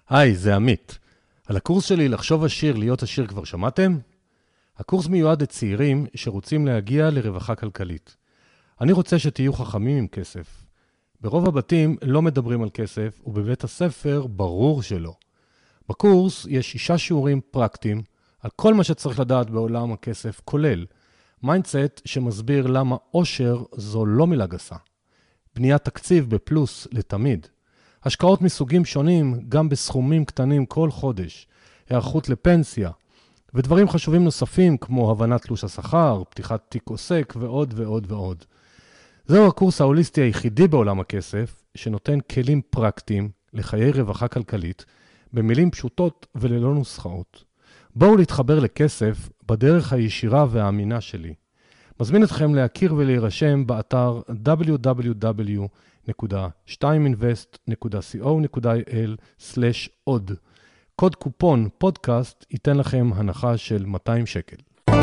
היי, זה עמית. על הקורס שלי לחשוב עשיר, להיות עשיר כבר שמעתם? הקורס מיועד לצעירים שרוצים להגיע לרווחה כלכלית. אני רוצה שתהיו חכמים עם כסף. ברוב הבתים לא מדברים על כסף, ובבית הספר ברור שלא. בקורס יש 6 שיעורים פרקטיים על כל מה שצריך לדעת בעולם הכסף, כולל מיינדסט שמסביר למה עושר זו לא מילה גסה. בניית תקציב בפלוס לתמיד. השקעות מסוגים שונים, גם בסכומים קטנים כל חודש, היערכות לפנסיה, ודברים חשובים נוספים כמו הבנת תלוש השכר, פתיחת תיק עוסק ועוד ועוד ועוד. זהו הקורס ההוליסטי היחידי בעולם הכסף, שנותן כלים פרקטיים לחיי רווחה כלכלית, במילים פשוטות וללא נוסחאות. בואו להתחבר לכסף בדרך הישירה והאמינה שלי. מזמין אתכם להכיר ולהירשם באתר www.2invest.co.il/עוד. קוד קופון פודקאסט ייתן לכם הנחה של 200 שקל.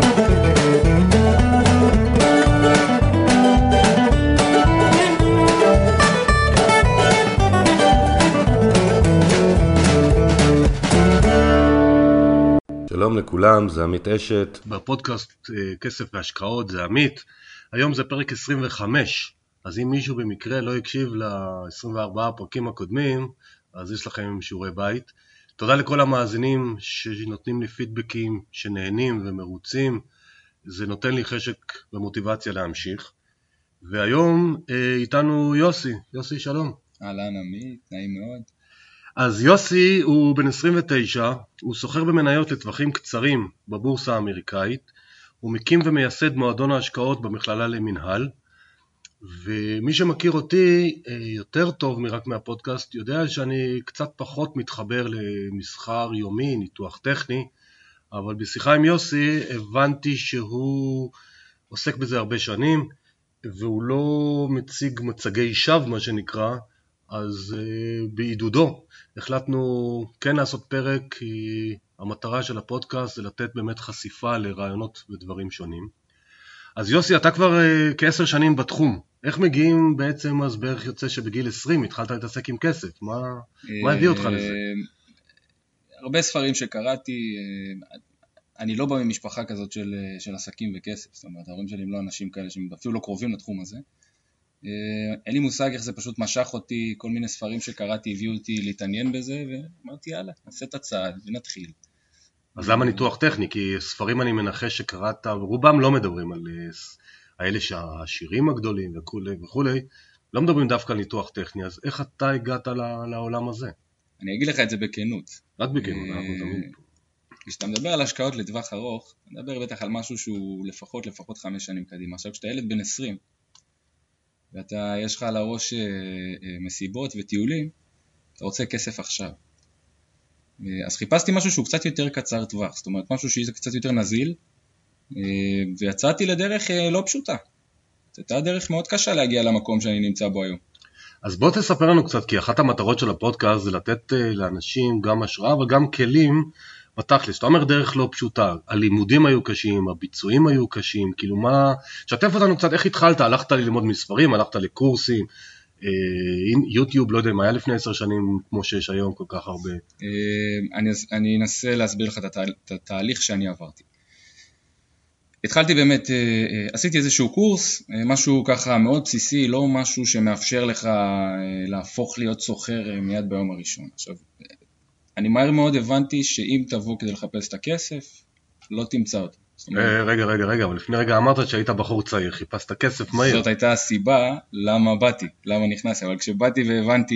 שלום לכולם, זה עמית אשת. בפודקאסט כסף והשקעות זה עמית. היום זה פרק 25, אז אם מישהו במקרה לא יקשיב ל-24 הפרקים הקודמים, אז יש לכם שיעורי בית. תודה לכל המאזינים שנותנים לי פידבקים, שנהנים ומרוצים. זה נותן לי חשק ומוטיבציה להמשיך. והיום איתנו יוסי. יוסי, שלום. אהלן עמית, נעים מאוד. אז יוסי הוא בן 29, הוא סוחר במניות לטווחים קצרים בבורסה האמריקאית, הוא מקים ומייסד מועדון ההשקעות במכללה למנהל, ומי שמכיר אותי יותר טוב מרק מהפודקאסט יודע שאני קצת פחות מתחבר למסחר יומי, ניתוח טכני, אבל בשיחה עם יוסי הבנתי שהוא עוסק בזה הרבה שנים, והוא לא מציג מצגי שווא מה שנקרא, אז בעידודו החלטנו כן לעשות פרק, כי המטרה של הפודקאסט זה לתת באמת חשיפה לרעיונות ודברים שונים. אז יוסי, אתה כבר כ10 שנים בתחום. איך מגיעים בעצם, אז בערך יוצא שבגיל 20 התחלת להתעסק עם כסף? מה הביא אותך לזה? הרבה ספרים שקראתי, אני לא בא ממשפחה כזאת של עסקים וכסף, זאת אומרת, ההורים שלי הם לא אנשים כאלה שהם אפילו לא קרובים לתחום הזה. אין לי מושג איך זה פשוט משך אותי, כל מיני ספרים שקראתי הביאו אותי להתעניין בזה, ואמרתי יאללה, נעשה את הצעד ונתחיל. אז למה ניתוח טכני? כי ספרים אני מנחש שקראת, רובם לא מדברים על האלה שהשירים הגדולים וכולי, לא מדברים דווקא על ניתוח טכני, אז איך אתה הגעת לעולם הזה? אני אגיד לך את זה בכנות. רק בכנות, אנחנו תמיד פה. כשאתה מדבר על השקעות לטווח ארוך, אתה מדבר בטח על משהו שהוא לפחות 5 שנים קדימה. עכשיו כשאתה ילד בן 20, ואתה, יש לך על הראש מסיבות וטיולים, אתה רוצה כסף עכשיו. אז חיפשתי משהו שהוא קצת יותר קצר טווח, זאת אומרת משהו שהוא קצת יותר נזיל, ויצאתי לדרך לא פשוטה. הייתה דרך מאוד קשה להגיע למקום שאני נמצא בו היום. אז בוא תספר לנו קצת, כי אחת המטרות של הפודקאסט זה לתת לאנשים גם השראה וגם כלים בתכלס. אתה אומר דרך לא פשוטה, הלימודים היו קשים, הביצועים היו קשים, כאילו מה, שתף אותנו קצת, איך התחלת? הלכת ללמוד מספרים, הלכת לקורסים, יוטיוב, לא יודע, מה היה לפני 10 שנים כמו שיש היום כל כך הרבה? אני אנסה להסביר לך את התהליך שאני עברתי. התחלתי באמת, עשיתי איזשהו קורס, משהו ככה מאוד בסיסי, לא משהו שמאפשר לך להפוך להיות סוחר מיד ביום הראשון. עכשיו, אני מהר מאוד הבנתי שאם תבוא כדי לחפש את הכסף, לא תמצא אותו. רגע, אבל לפני רגע אמרת שהיית בחור צעיר, חיפשת כסף מהיר. זאת הייתה הסיבה למה באתי, למה נכנסתי, אבל כשבאתי והבנתי,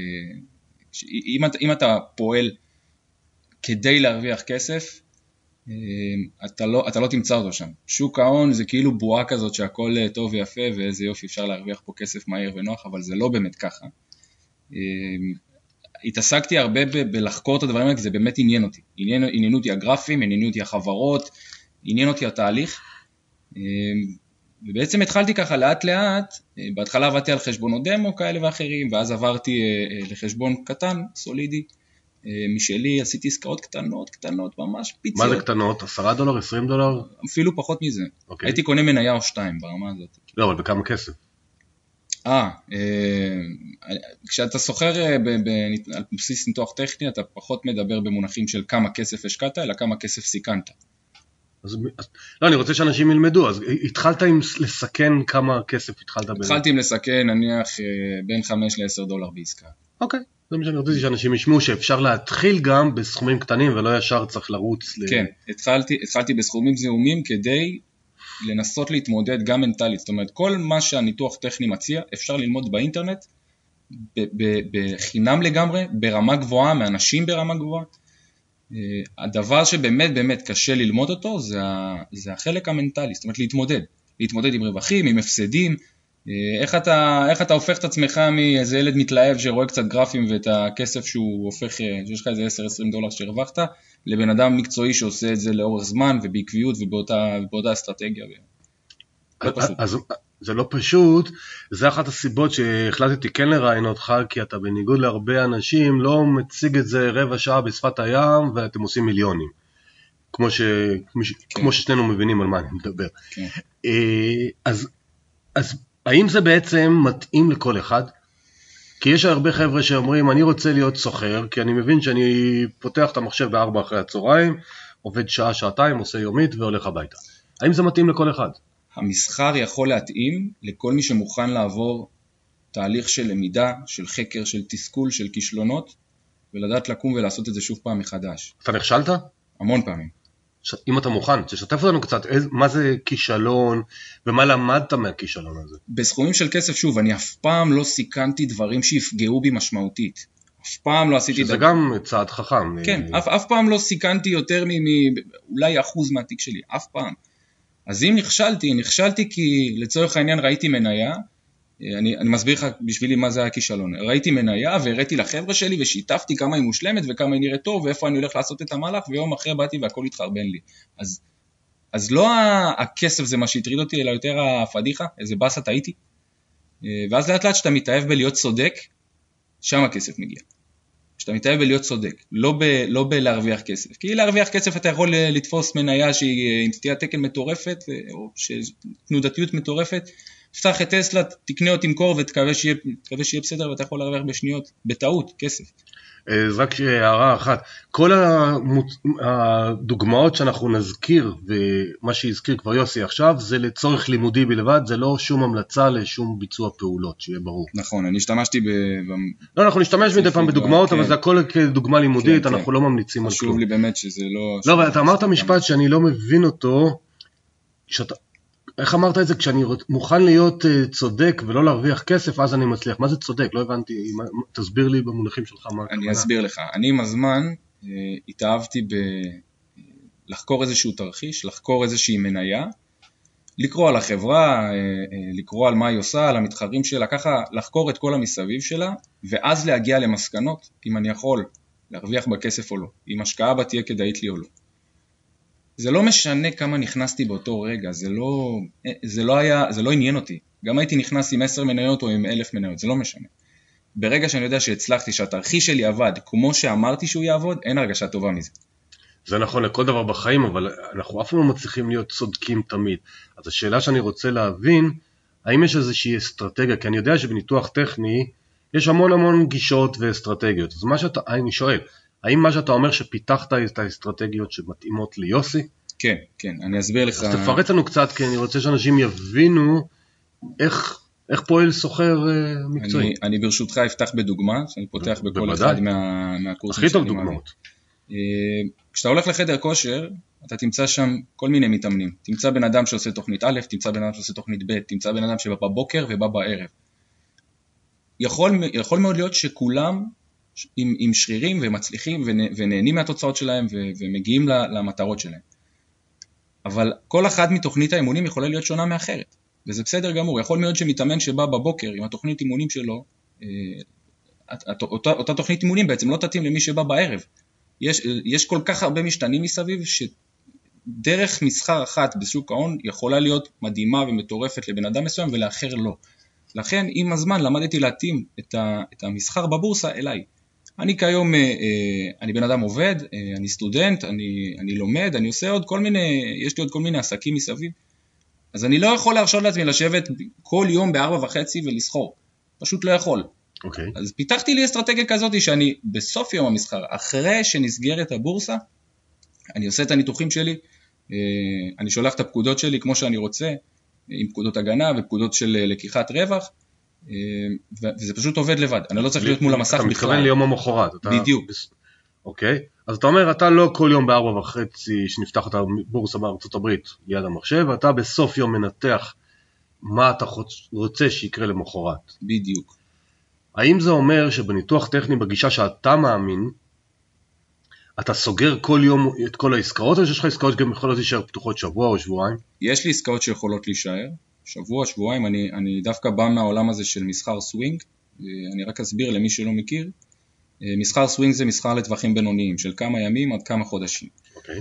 אם אתה פועל כדי להרוויח כסף, אתה לא תמצא אותו שם. שוק ההון זה כאילו בועה כזאת שהכל טוב ויפה, ואיזה יופי אפשר להרוויח פה כסף מהיר ונוח, אבל זה לא באמת ככה. התעסקתי הרבה בלחקור את הדברים האלה, כי זה באמת עניין אותי. עניין אותי הגרפים, עניין אותי החברות, עניין אותי התהליך. ובעצם התחלתי ככה לאט לאט, בהתחלה עבדתי על חשבונות דמו כאלה ואחרים, ואז עברתי לחשבון קטן, סולידי, משלי, עשיתי עסקאות קטנות, ממש פיציות. מה זה קטנות? $10? $20? אפילו פחות מזה. הייתי קונה מניה או 2 ברמה הזאת. לא, אבל בכמה כסף? כשאתה סוחר על בסיס ניתוח טכני, אתה פחות מדבר במונחים של כמה כסף השקעת, אלא כמה כסף סיכנת. לא, אני רוצה שאנשים ילמדו, אז התחלת עם לסכן כמה כסף התחלת? התחלתי עם לסכן, נניח, בין $5 ל-10 בעסקה. אוקיי, זה מה שאני רוצה שאנשים ישמעו, שאפשר להתחיל גם בסכומים קטנים, ולא ישר צריך לרוץ. כן, התחלתי בסכומים זעומים כדי לנסות להתמודד גם מנטלית, זאת אומרת, כל מה שהניתוח טכני מציע, אפשר ללמוד באינטרנט, בחינם לגמרי, ברמה גבוהה, מאנשים ברמה גבוהה. הדבר שבאמת באמת קשה ללמוד אותו, זה החלק המנטלי, זאת אומרת להתמודד עם רווחים, עם הפסדים, איך אתה הופך את עצמך מאיזה ילד מתלהב שרואה קצת גרפים ואת הכסף שהוא הופך, שיש לך איזה $10-20 שהרווחת, לבן אדם מקצועי שעושה את זה לאורך זמן ובעקביות ובאותה אסטרטגיה. אז זה לא פשוט, זה אחת הסיבות שהחלטתי כן לראיין אותך, כי אתה בניגוד להרבה אנשים לא מציג את זה רבע שעה בשפת הים ואתם עושים מיליונים, כמו ששנינו מבינים על מה אני מדבר. אז האם זה בעצם מתאים לכל אחד? כי יש הרבה חבר'ה שאומרים, אני רוצה להיות סוחר, כי אני מבין שאני פותח את המחשב ב4 אחרי הצהריים, עובד שעה, שעתיים, עושה יומית והולך הביתה. האם זה מתאים לכל אחד? המסחר יכול להתאים לכל מי שמוכן לעבור תהליך של למידה, של חקר, של תסכול, של כישלונות, ולדעת לקום ולעשות את זה שוב פעם מחדש. אתה נכשלת? המון פעמים. אם אתה מוכן, תשתף אותנו קצת, מה זה כישלון, ומה למדת מהכישלון הזה? בסכומים של כסף, שוב, אני אף פעם לא סיכנתי דברים שיפגעו בי משמעותית. אף פעם לא עשיתי... שזה גם צעד חכם. כן, אף פעם לא סיכנתי יותר אולי 1% מהתיק שלי, אף פעם. אז אם נכשלתי כי לצורך העניין ראיתי מניה, אני מסביר לך בשבילי מה זה הכישלון, ראיתי מניה והראיתי לחבר'ה שלי ושיתפתי כמה היא מושלמת וכמה היא נראית טוב ואיפה אני הולך לעשות את המהלך, ויום אחרי באתי והכל התחרבן לי. אז לא הכסף זה מה שהטריד אותי, אלא יותר הפדיחה, איזה בסה טעיתי. ואז לאט לאט שאתה מתאהב בלהיות צודק, שם הכסף מגיע. שאתה מתאהב בלהיות צודק, לא בלהרוויח כסף. כי להרוויח כסף אתה יכול לתפוס מניה שהיא עם סטיית תקן מטורפת, או תנודתיות מטורפת, תפתח את טסלה, תקנה או תמכור ותקווה שיהיה בסדר, ואתה יכול להרוויח בשניות, בטעות, כסף. אז רק הערה אחת, כל הדוגמאות שאנחנו נזכיר, ומה שהזכיר כבר יוסי עכשיו, זה לצורך לימודי בלבד, זה לא שום המלצה לשום ביצוע פעולות, שיהיה ברור. נכון, אני השתמשתי לא, אנחנו נשתמש מדי פעם בדוגמאות, אבל זה הכל כדוגמה לימודית, אנחנו לא ממליצים על כלום. חשוב לי באמת שזה לא... לא, אבל אתה אמרת משפט שאני לא מבין אותו, איך אמרת את זה? כשאני מוכן להיות צודק ולא להרוויח כסף, אז אני מצליח. מה זה צודק? לא הבנתי. תסביר לי במונחים שלך מה הכוונה. אני אסביר לך. אני עם הזמן התאהבתי לחקור איזשהו תרחיש, לחקור איזושהי מניה, לקרוא על החברה, לקרוא על מה היא עושה, על המתחרים שלה, ככה לחקור את כל המסביב שלה, ואז להגיע למסקנות, אם אני יכול להרוויח בכסף או לא, אם השקעה בה תהיה כדאית לי או לא. זה לא משנה כמה נכנסתי באותו רגע, זה לא עניין אותי. גם הייתי נכנס עם 10 מניות או עם 1,000 מניות, זה לא משנה. ברגע שאני יודע שהצלחתי, שהתרחיש שלי עבד כמו שאמרתי שהוא יעבוד, אין הרגשה טובה מזה. זה נכון לכל דבר בחיים, אבל אנחנו אף פעם לא מצליחים להיות צודקים תמיד. אז השאלה שאני רוצה להבין, האם יש איזושהי אסטרטגיה? כי אני יודע שבניתוח טכני יש המון גישות ואסטרטגיות. אז אני שואל, האם מה שאתה אומר שפיתחת את האסטרטגיות שמתאימות ליוסי? כן, אני אסביר לך. אז תפרט לנו קצת, כי אני רוצה שאנשים יבינו איך פועל סוחר מקצועי. אני ברשותך אפתח בדוגמה, שאני פותח בכל אחד מהקורסים. הכי טוב דוגמאות. כשאתה הולך לחדר כושר, אתה תמצא שם כל מיני מתאמנים. תמצא בן אדם שעושה תוכנית א', תמצא בן אדם שעושה תוכנית ב', תמצא בן אדם שבא בבוקר ובא בערב. יכול מאוד להיות שכולם עם שרירים ומצליחים ונהנים מהתוצאות שלהם ומגיעים למטרות שלהם. אבל כל אחד מתוכנית האימונים יכולה להיות שונה מאחרת, וזה בסדר גמור. יכול מאוד שמתאמן שבא בבוקר עם התוכנית אימונים שלו, אותה תוכנית אימונים בעצם לא תתאים למי שבא בערב. יש כל כך הרבה משתנים מסביב שדרך מסחר אחת בשוק ההון יכולה להיות מדהימה ומטורפת לבן אדם מסוים ולאחר לא. לכן עם הזמן למדתי להתאים את המסחר בבורסה אליי. אני כיום, אני בן אדם עובד, אני סטודנט, אני לומד, אני עושה יש לי עוד כל מיני עסקים מסביב, אז אני לא יכול להרשות לעצמי לשבת כל יום ב4:30 ולסחור. פשוט לא יכול. אוקיי. אז פיתחתי לי אסטרטגיה כזאת שאני בסוף יום המסחר, אחרי שנסגרת הבורסה, אני עושה את הניתוחים שלי, אני שולח את הפקודות שלי כמו שאני רוצה, עם פקודות הגנה ופקודות של לקיחת רווח, וזה פשוט עובד לבד, אני לא צריך להיות מול המסך בכלל. אתה מתכוון ליום המחרת. בדיוק. אוקיי, אז אתה אומר, אתה לא כל יום ב4:30 שנפתח את הבורסה בארצות הברית ליד המחשב, אתה בסוף יום מנתח מה אתה רוצה שיקרה למחרת. בדיוק. האם זה אומר שבניתוח טכני בגישה שאתה מאמין, אתה סוגר כל יום את כל העסקאות, או שיש לך עסקאות גם יכולות להישאר פתוחות שבוע או שבועיים? יש לי עסקאות שיכולות להישאר, שבוע, שבועיים, אני דווקא בא מהעולם הזה של מסחר סווינג, אני רק אסביר למי שלא מכיר, מסחר סווינג זה מסחר לטווחים בינוניים, של כמה ימים עד כמה חודשים. אוקיי.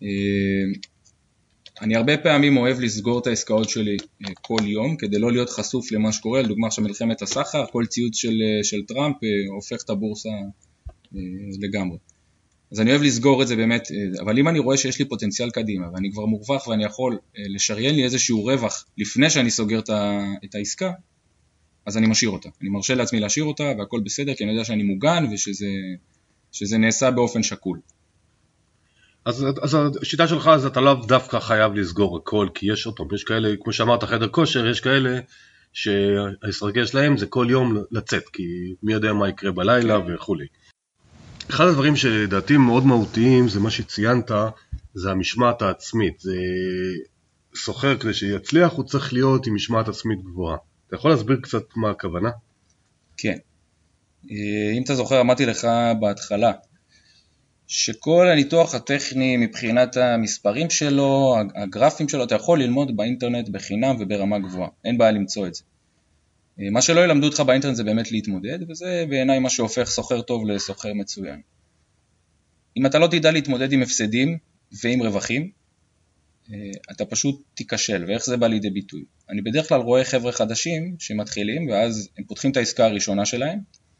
אני הרבה פעמים אוהב לסגור את העסקאות שלי כל יום, כדי לא להיות חשוף למה שקורה, לדוגמה עכשיו מלחמת הסחר, כל ציוץ של טראמפ הופך את הבורסה לגמרי. אז אני אוהב לסגור את זה באמת, אבל אם אני רואה שיש לי פוטנציאל קדימה, ואני כבר מורווח ואני יכול לשריין לי איזשהו רווח לפני שאני סוגר את העסקה, אז אני משאיר אותה. אני מרשה לעצמי להשאיר אותה, והכל בסדר, כי אני יודע שאני מוגן, ושזה נעשה באופן שקול. אז השיטה שלך, אז אתה לא דווקא חייב לסגור הכל, כי יש אותו, יש כאלה, כמו שאמרת, חדר כושר, יש כאלה שהאסטרטגיה שלהם זה כל יום לצאת, כי מי יודע מה יקרה בלילה וכו'. אחד הדברים שלדעתי מאוד מהותיים, זה מה שציינת, זה המשמעת העצמית. זה סוחר כדי שיצליח, הוא צריך להיות עם משמעת עצמית גבוהה. אתה יכול להסביר קצת מה הכוונה? כן. אם אתה זוכר, אמרתי לך בהתחלה, שכל הניתוח הטכני מבחינת המספרים שלו, הגרפים שלו, אתה יכול ללמוד באינטרנט בחינם וברמה גבוהה. אין בעיה למצוא את זה. מה שלא ילמדו אותך באינטרנט זה באמת להתמודד, וזה בעיניי מה שהופך סוחר טוב לסוחר מצוין. אם אתה לא תדע להתמודד עם הפסדים ועם רווחים, אתה פשוט תיכשל, ואיך זה בא לידי ביטוי. אני בדרך כלל רואה חבר'ה חדשים שמתחילים, ואז הם פותחים את העסקה הראשונה שלהם,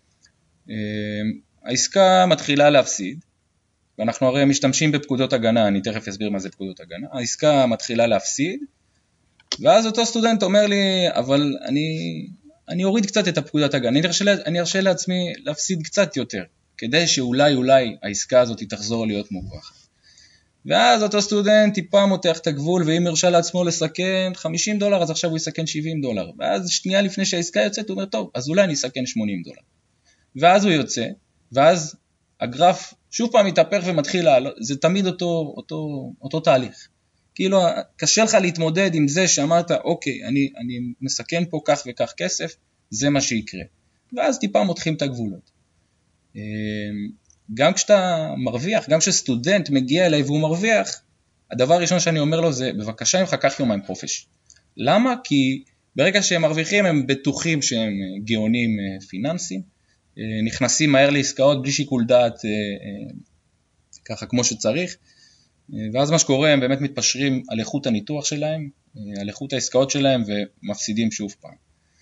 העסקה מתחילה להפסיד, ואנחנו הרי משתמשים בפקודות הגנה, אני תכף אסביר מה זה פקודות הגנה, העסקה מתחילה להפסיד, ואז אותו סטודנט אומר לי, אבל אני אוריד קצת את הפקודת הגנה, אני ארשה לעצמי להפסיד קצת יותר, כדי שאולי העסקה הזאת תחזור להיות מורווחת. ואז אותו סטודנט טיפה מותח את הגבול, ואם הרשה לעצמו לסכן $50, אז עכשיו הוא יסכן $70. ואז שנייה לפני שהעסקה יוצאת, הוא אומר, טוב, אז אולי אני אסכן $80. ואז הוא יוצא, ואז הגרף שוב פעם מתהפך ומתחיל לעלות, זה תמיד אותו תהליך. כאילו, קשה לך להתמודד עם זה שאמרת, אוקיי, אני מסכן פה כך וכך כסף, זה מה שיקרה. ואז טיפה מותחים את הגבולות. גם כשאתה מרוויח, גם כשסטודנט מגיע אליי והוא מרוויח, הדבר הראשון שאני אומר לו זה, בבקשה ממך קח יומיים חופש. למה? כי ברגע שהם מרוויחים הם בטוחים שהם גאונים פיננסיים, נכנסים מהר לעסקאות בלי שיקול דעת ככה כמו שצריך, ואז מה שקורה הם באמת מתפשרים על איכות הניתוח שלהם, על איכות העסקאות שלהם ומפסידים שוב פעם.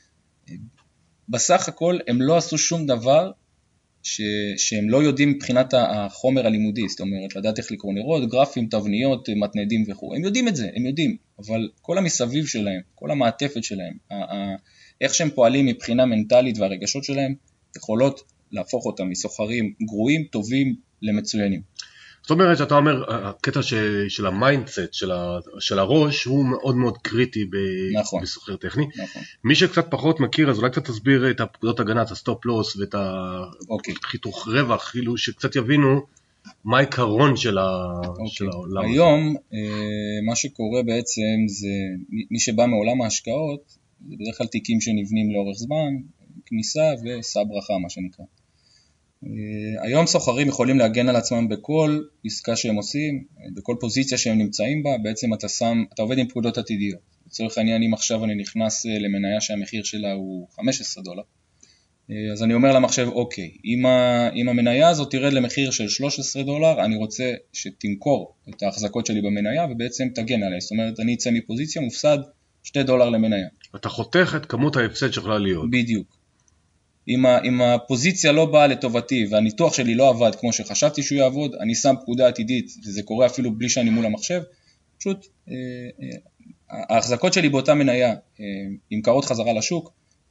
בסך הכל הם לא עשו שום דבר שהם לא יודעים מבחינת החומר הלימודי, זאת אומרת, לדעת איך לקרוא נרות, גרפים, תבניות, מתנדים וכו'. הם יודעים את זה, הם יודעים, אבל כל המסביב שלהם, כל המעטפת שלהם, איך שהם פועלים מבחינה מנטלית והרגשות שלהם, יכולות להפוך אותם מסוחרים גרועים, טובים, למצוינים. זאת אומרת שאתה אומר, הקטע של המיינדסט, של הראש, הוא מאוד מאוד קריטי בסוחר טכני. נכון. מי שקצת פחות מכיר, אז אולי קצת תסביר את הפקודות הגנה, את הסטופ לוס ואת החיתוך רווח, כאילו שקצת יבינו מה העיקרון של העולם. היום, מה שקורה בעצם זה, מי שבא מעולם ההשקעות, זה בדרך כלל תיקים שנבנים לאורך זמן, כניסה ושא ברכה, מה שנקרא. היום סוחרים יכולים להגן על עצמם בכל עסקה שהם עושים, בכל פוזיציה שהם נמצאים בה, בעצם אתה עובד עם פקודות עתידיות. לצורך העניין, אם עכשיו אני נכנס למניה שהמחיר שלה הוא $15, אז אני אומר למחשב, אוקיי, אם המניה הזאת תרד למחיר של $13, אני רוצה שתמכור את ההחזקות שלי במניה, ובעצם תגן עליה. זאת אומרת, אני אצא מפוזיציה, מופסד $2 למניה. אתה חותך את כמות ההפסד שיכולה להיות. בדיוק. אם הפוזיציה לא באה לטובתי והניתוח שלי לא עבד כמו שחשבתי שהוא יעבוד, אני שם פקודה עתידית, וזה קורה אפילו בלי שאני מול המחשב, פשוט ההחזקות שלי באותה מניה נמכרות חזרה לשוק,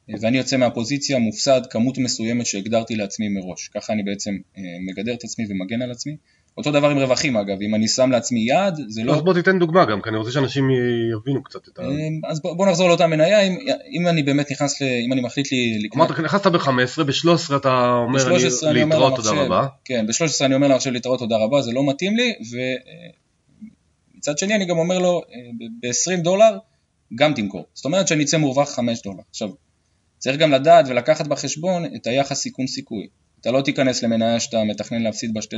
ואני יוצא מהפוזיציה מופסד כמות מסוימת שהגדרתי לעצמי מראש. ככה אני בעצם מגדר את עצמי ומגן על עצמי. אותו דבר עם רווחים אגב, אם אני שם לעצמי יעד, זה לא... אז בוא תיתן דוגמה גם, כי אני רוצה שאנשים יבינו קצת את ה... אז בוא נחזור לאותה מניה, אם אני באמת נכנס, אם אני מחליט לי... אמרת, נכנסת ב-15, ב-13 אתה אומר להתראות תודה רבה. כן, ב-13 אני אומר למחשב להתראות תודה רבה, זה לא מתאים לי, ומצד שני אני גם אומר לו, ב-$20 גם תמכור. זאת אומרת שאני אצא מורווח $5. עכשיו, צריך גם לדעת ולקחת בחשבון את היחס סיכון סיכוי. אתה לא תיכנס למניה שאתה מתכנן להפסיד ב$2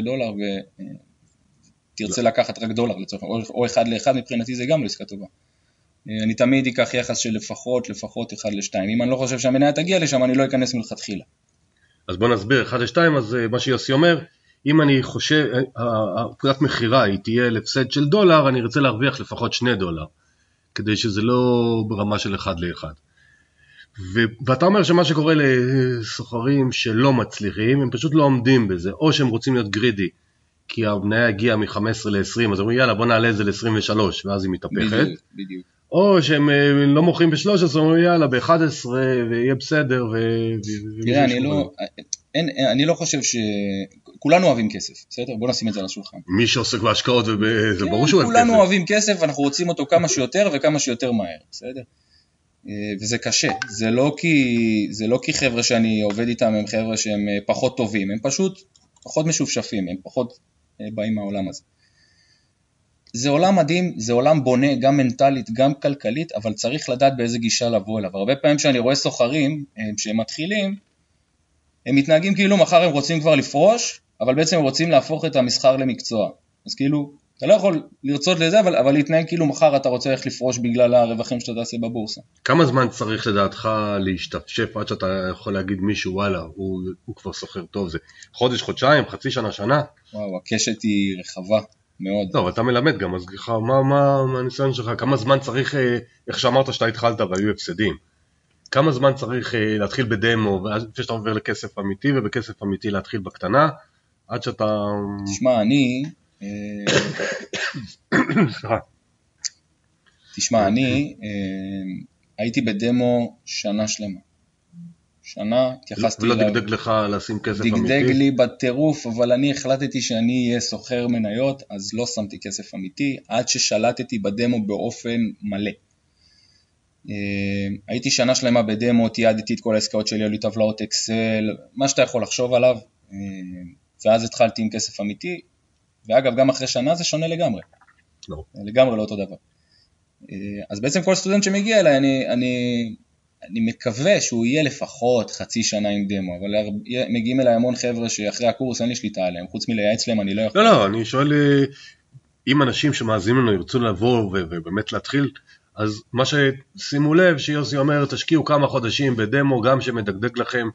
ותרצה לקחת רק $1 לצורך, או 1 ל-1 מבחינתי זה גם לא עסקה טובה. אני תמיד אקח יחס של לפחות 1 ל-2. אם אני לא חושב שהמניה תגיע לשם, אני לא אכנס מלכתחילה. אז בוא נסביר, 1 ל-2, אז מה שיוסי אומר, אם אני חושב, הפקודת מחירה היא תהיה להפסד של $, אני רוצה להרוויח לפחות $2, כדי שזה לא ברמה של 1 ל-1. ואתה אומר שמה שקורה לסוחרים שלא מצליחים, הם פשוט לא עומדים בזה, או שהם רוצים להיות גרידי, כי המניה הגיעה מ-15 ל-20, אז אומרים יאללה בוא נעלה את זה ל-23, ואז היא מתהפכת. בדיוק. או שהם לא מוכרים ב-13, אומרים יאללה ב-11 ויהיה בסדר. תראה, אני לא חושב כולנו אוהבים כסף, בסדר? בוא נשים את זה על השולחן. מי שעוסק בהשקעות, זה ברור שהוא אוהב כסף. כולנו אוהבים כסף, אנחנו רוצים אותו כמה שיותר וכמה שיותר מהר, בסדר? וזה קשה, זה לא כי חבר'ה שאני עובד איתם הם חבר'ה שהם פחות טובים, הם פשוט פחות משופשפים, הם פחות באים מהעולם הזה. זה עולם מדהים, זה עולם בונה גם מנטלית, גם כלכלית, אבל צריך לדעת באיזה גישה לבוא אליו. הרבה פעמים שאני רואה סוחרים שהם מתחילים, הם מתנהגים כאילו מחר הם רוצים כבר לפרוש, אבל בעצם הם רוצים להפוך את המסחר למקצוע. אז כאילו, אתה לא יכול לרצות לזה, אבל להתנהג כאילו מחר אתה רוצה איך לפרוש בגלל הרווחים שאתה תעשה בבורסה. כמה זמן צריך לדעתך להשתפשף עד שאתה יכול להגיד מישהו, וואלה, הוא כבר סוחר טוב, זה חודש, חודשיים, חצי שנה, שנה? וואו, הקשת היא רחבה מאוד. טוב, אתה מלמד גם, אז מה הניסיון שלך? כמה זמן צריך, איך שאמרת שאתה התחלת והיו הפסדים, כמה זמן צריך להתחיל בדמו, ואז שאתה עובר לכסף אמיתי, ובכסף אמיתי להתחיל בקטנה, עד שאתה... תשמע, אני הייתי בדמו שנה שלמה. שנה, התייחסתי ולא דגדג לך לשים כסף אמיתי? דגדג לי בטירוף, הייתי אני החלטתי שאני אהיה סוחר מניות, אז לא שמתי כסף אמיתי, עד ששלטתי בדמו באופן מלא. הייתי שנה שלמה בדמו, תיעדתי את כל העסקאות שלי, היו לי טבלאות אקסל, מה שאתה יכול לחשוב עליו, ואז התחלתי עם כסף אמיתי, ואגב, גם אחרי שנה זה שונה לגמרי. לא. לגמרי לא אותו דבר. אז בעצם כל סטודנט שמגיע אליי, אני מקווה שהוא יהיה לפחות חצי שנה עם דמו, אבל מגיעים אליי המון חבר'ה שאחרי הקורס אין לי שליטה עליהם, חוץ מלייעץ להם אני לא יכול. לא, אני שואל, אם אנשים שמאזינים לנו ירצו לבוא ובאמת להתחיל, אז מה ששימו לב, שיוסי אומר, תשקיעו כמה חודשים בדמו, גם שמדגדג לכם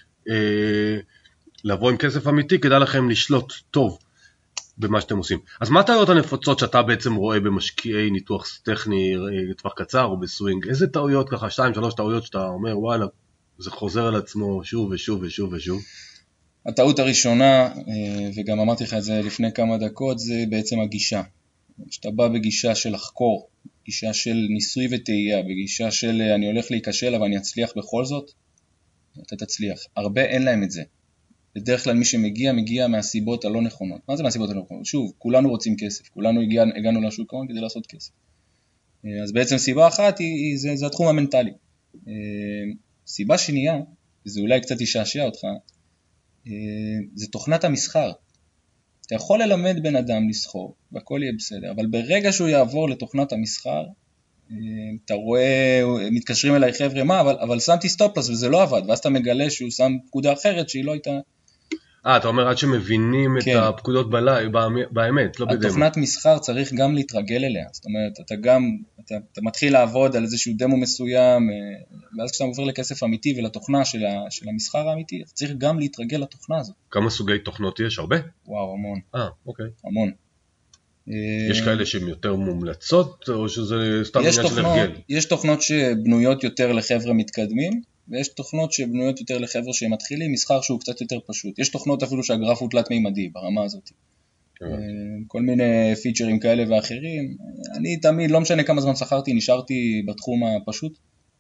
לבוא עם כסף אמיתי, כדאי לכם לשלוט טוב במה שאתם עושים. אז מה הטעויות הנפוצות שאתה בעצם רואה במשקיעי ניתוח טכני, טווח קצר או בסווינג? איזה טעויות ככה, 2-3 טעויות שאתה אומר, וואלה, זה חוזר על עצמו שוב ושוב ושוב ושוב? הטעות הראשונה, וגם אמרתי לך את זה לפני כמה דקות, זה בעצם הגישה. כשאתה בא בגישה של לחקור, בגישה של ניסוי וטעייה, בגישה של אני הולך להיכשל אבל אני אצליח בכל זאת, אתה תצליח. הרבה אין להם את זה. בדרך כלל מי שמגיע, מגיע מהסיבות הלא נכונות. מה זה מהסיבות הלא נכונות? שוב, כולנו רוצים כסף, כולנו הגענו לשוק ההון כדי לעשות כסף. אז בעצם סיבה אחת זה התחום המנטלי. סיבה שנייה, וזה אולי קצת ישעשע אותך, זה תוכנת המסחר. אתה יכול ללמד בן אדם לסחור, והכל יהיה בסדר, אבל ברגע שהוא יעבור לתוכנת המסחר, אתה רואה, מתקשרים אליי חבר'ה, מה, אבל שמתי סטופלס וזה לא עבד, ואז אתה מגלה שהוא שם פקודה אחרת שהיא לא הייתה... אתה אומר עד שמבינים את הפקודות באמת, לא בדמו. התוכנת מסחר צריך גם להתרגל אליה, זאת אומרת, אתה מתחיל לעבוד על איזשהו דמו מסוים, ואז כשאתה עובר לכסף אמיתי ולתוכנה של המסחר האמיתי, אתה צריך גם להתרגל לתוכנה הזאת. כמה סוגי תוכנות יש? הרבה? וואו, המון. אוקיי. המון. יש כאלה שהן יותר מומלצות, או שזה סתם עניין של הרגל? יש תוכנות שבנויות יותר לחבר'ה מתקדמים, ויש תוכנות שבנויות יותר לחבר'ה שהם מתחילים, מסחר שהוא קצת יותר פשוט. יש תוכנות אפילו שהגרף הוא תלת מימדי ברמה הזאת. כל מיני פיצ'רים כאלה ואחרים. אני תמיד, לא משנה כמה זמן שכרתי, נשארתי בתחום הפשוט,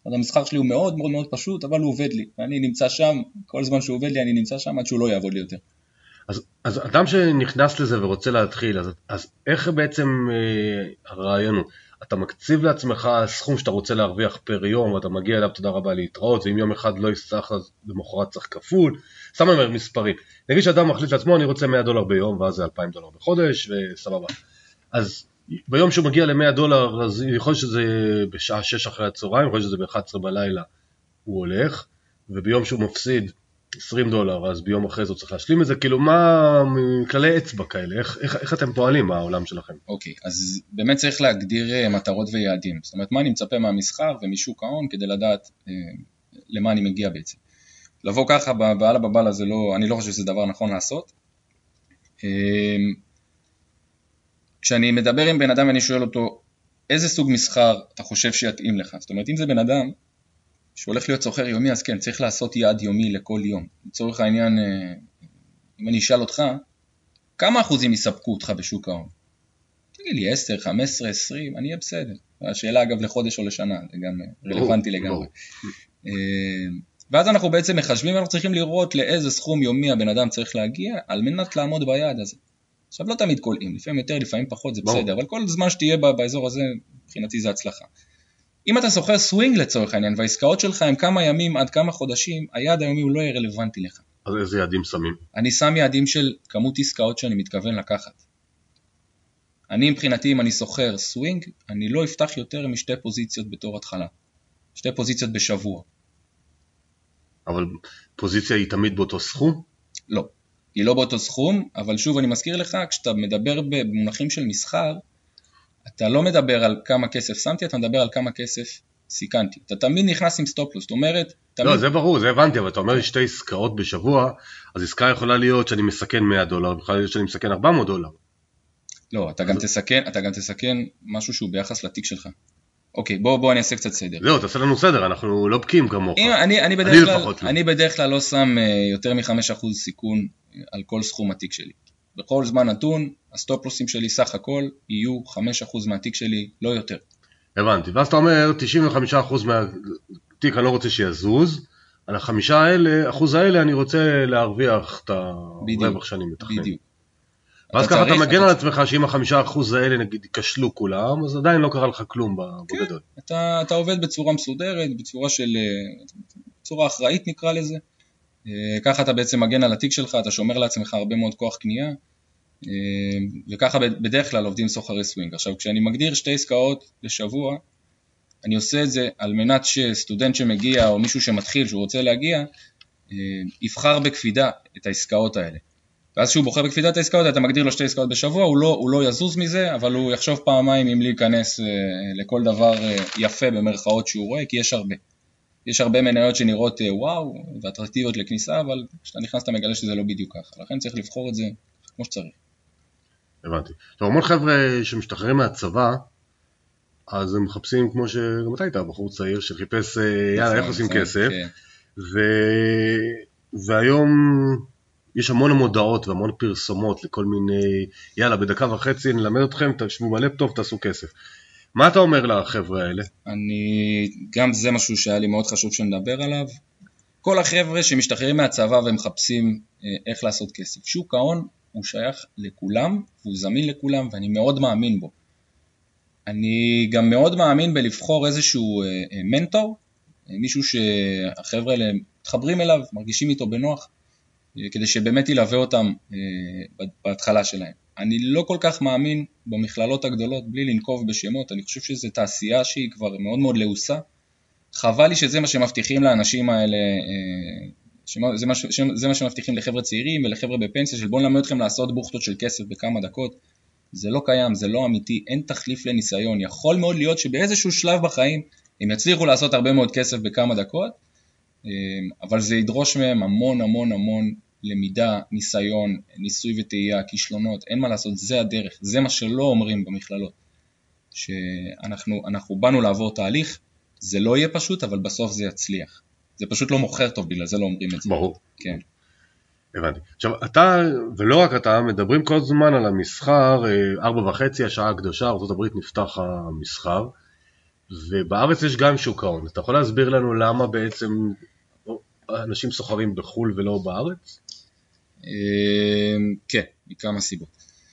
אז המסחר שלי הוא מאוד מאוד מאוד פשוט, אבל הוא עובד לי, ואני נמצא שם, כל זמן שהוא עובד לי אני נמצא שם עד שהוא לא יעבוד לי יותר. אז אדם שנכנס לזה ורוצה להתחיל, אז איך בעצם הרעיון הוא? אתה מקציב לעצמך סכום שאתה רוצה להרוויח פר יום, ואתה מגיע אליו תודה רבה להתראות, ואם יום אחד לא יסתח, אז למחרת צריך כפול, סתם אומר מספרים. נגיד שאדם מחליט לעצמו, אני רוצה $100 ביום, ואז זה $2,000 בחודש, וסבבה. אז ביום שהוא מגיע ל$100, אז יכול להיות שזה בשעה 6 אחרי הצהריים, יכול להיות שזה ב-11 בלילה, הוא הולך, וביום שהוא מפסיד $20, אז ביום אחרי זה הוא צריך להשלים את זה, כאילו מה כללי אצבע כאלה, איך אתם פועלים בעולם שלכם? אוקיי, אז באמת צריך להגדיר מטרות ויעדים, זאת אומרת מה אני מצפה מהמסחר ומשוק ההון כדי לדעת למה אני מגיע בעצם. לבוא ככה בעל הבבל הזה, אני לא חושב שזה דבר נכון לעשות. כשאני מדבר עם בן אדם ואני שואל אותו, איזה סוג מסחר אתה חושב שיתאים לך? זאת אומרת, אם זה בן אדם שהולך להיות סוחר יומי, אז כן, צריך לעשות יעד יומי לכל יום. לצורך העניין, אם אני אשאל אותך, כמה אחוזים יספקו אותך בשוק ההון? תגיד לי 10, 15, 20, אני אהיה בסדר. השאלה אגב לחודש או לשנה, זה גם רלוונטי לגמרי. ואז אנחנו בעצם מחשבים, ואנחנו צריכים לראות לאיזה סכום יומי הבן אדם צריך להגיע, על מנת לעמוד ביעד הזה. עכשיו לא תמיד קולעים, לפעמים יותר, לפעמים פחות, זה בסדר, אבל כל זמן שתהיה באזור הזה, מבחינתי זה הצלחה. אם אתה סוחר סווינג לצורך העניין, והעסקאות שלך הם כמה ימים עד כמה חודשים, היעד היומי הוא לא יהיה רלוונטי לך. אז איזה יעדים שמים? אני שם יעדים של כמות עסקאות שאני מתכוון לקחת. אני מבחינתי, אם אני סוחר סווינג, אני לא אפתח יותר משתי פוזיציות בתור התחלה. 2 פוזיציות בשבוע. אבל פוזיציה היא תמיד באותו סכום? לא. היא לא באותו סכום, אבל שוב אני מזכיר לך, כשאתה מדבר במונחים של מסחר, אתה לא מדבר על כמה כסף שמתי, אתה מדבר על כמה כסף סיכנתי. אתה תמיד נכנס עם סטופ לוס, זאת אומרת... תמיד... לא, זה ברור, זה הבנתי, אבל אתה אומר לי 2 עסקאות בשבוע, אז עסקה יכולה להיות שאני מסכן $100, יכולה להיות שאני מסכן $400. לא, אתה גם תסכן משהו שהוא ביחס לתיק שלך. אוקיי, בוא אני אעשה קצת סדר. לא, תעשה לנו סדר, אנחנו לא בקיאים כמוך. אני בדרך כלל לא שם יותר מ5% סיכון על כל סכום התיק שלי. בכל זמן נתון, הסטופ-לוסים שלי סך הכל יהיו 5% מהתיק שלי, לא יותר. הבנתי, ואז אתה אומר 95% מהתיק אני לא רוצה שיזוז, על 5% האלה אני רוצה להרוויח את הרווח שאני מתכנן. בדיוק. ואז ככה אתה מגן על עצמך שאם 5% האלה נגיד יקשלו כולם, אז עדיין לא קרה לך כלום בגדול. אתה עובד בצורה מסודרת, בצורה אחראית נקרא לזה, ככה אתה בעצם מגן על התיק שלך, אתה שומר לעצמך הרבה מאוד כוח קנייה, וככה בדרך כלל עובדים סוחרי סווינג. עכשיו כשאני מגדיר 2 עסקאות לשבוע, אני עושה את זה על מנת שסטודנט שמגיע או מישהו שמתחיל שהוא רוצה להגיע, יבחר בקפידה את העסקאות האלה. ואז שהוא בוחר בקפידה את העסקאות, אתה מגדיר לו 2 עסקאות בשבוע, הוא לא יזוז מזה, אבל הוא יחשוב פעמיים אם להיכנס לכל דבר יפה במרכאות שהוא רואה, כי יש הרבה מניות שנראות וואו, ואטרקטיביות לכניסה, אבל כשאתה נכנס אתה מגלה שזה לא בדיוק ככה, לכן צריך לבחור את זה כמו שצריך. הבנתי. טוב, המון חבר'ה שמשתחררים מהצבא, אז הם מחפשים כמו שגם אתה היית, בחור צעיר שחיפש, יאללה, איך עושים כסף, והיום יש המון מודעות והמון פרסומות לכל מיני, יאללה, בדקה וחצי נלמד אתכם, תשבו בלפטופ, תעשו כסף. מה אתה אומר לחבר'ה האלה? גם זה משהו שהיה לי מאוד חשוב שנדבר עליו. כל החבר'ה שמשתחררים מהצבא והם מחפשים איך לעשות כסף. שוק ההון הוא שייך לכולם, והוא זמין לכולם, ואני מאוד מאמין בו. אני גם מאוד מאמין בלבחור איזשהו מנטור, מישהו שהחבר'ה האלה מתחברים אליו, מרגישים איתו בנוח, כדי שבאמת ילווה אותם בהתחלה שלהם. אני לא כל כך מאמין במכללות הגדולות, בלי לנקוב בשמות, אני חושב שזו תעשייה שהיא כבר מאוד מאוד לעוסה. חבל לי שזה מה שמבטיחים לאנשים האלה, זה מה שמבטיחים לחבר'ה צעירים ולחבר'ה בפנסיה, של בואו נלמד אתכם לעשות בוכטות של כסף בכמה דקות. זה לא קיים, זה לא אמיתי, אין תחליף לניסיון. יכול מאוד להיות שבאיזשהו שלב בחיים הם יצליחו לעשות הרבה מאוד כסף בכמה דקות, אבל זה ידרוש מהם המון המון המון למידה, ניסיון, ניסוי וטעייה, כישלונות, אין מה לעשות, זה הדרך, זה מה שלא אומרים במכללות, שאנחנו באנו לעבור תהליך, זה לא יהיה פשוט, אבל בסוף זה יצליח, זה פשוט לא מוכר טוב, בגלל זה לא אומרים את זה. ברור. כן. הבנתי. עכשיו, אתה, ולא רק אתה, מדברים כל הזמן על המסחר, 4:30, השעה הקדושה, ארצות הברית נפתח המסחר, ובארץ יש גם שוק ההון. אתה יכול להסביר לנו למה בעצם אנשים סוחרים בחול ולא בארץ? כן, מכמה סיבות.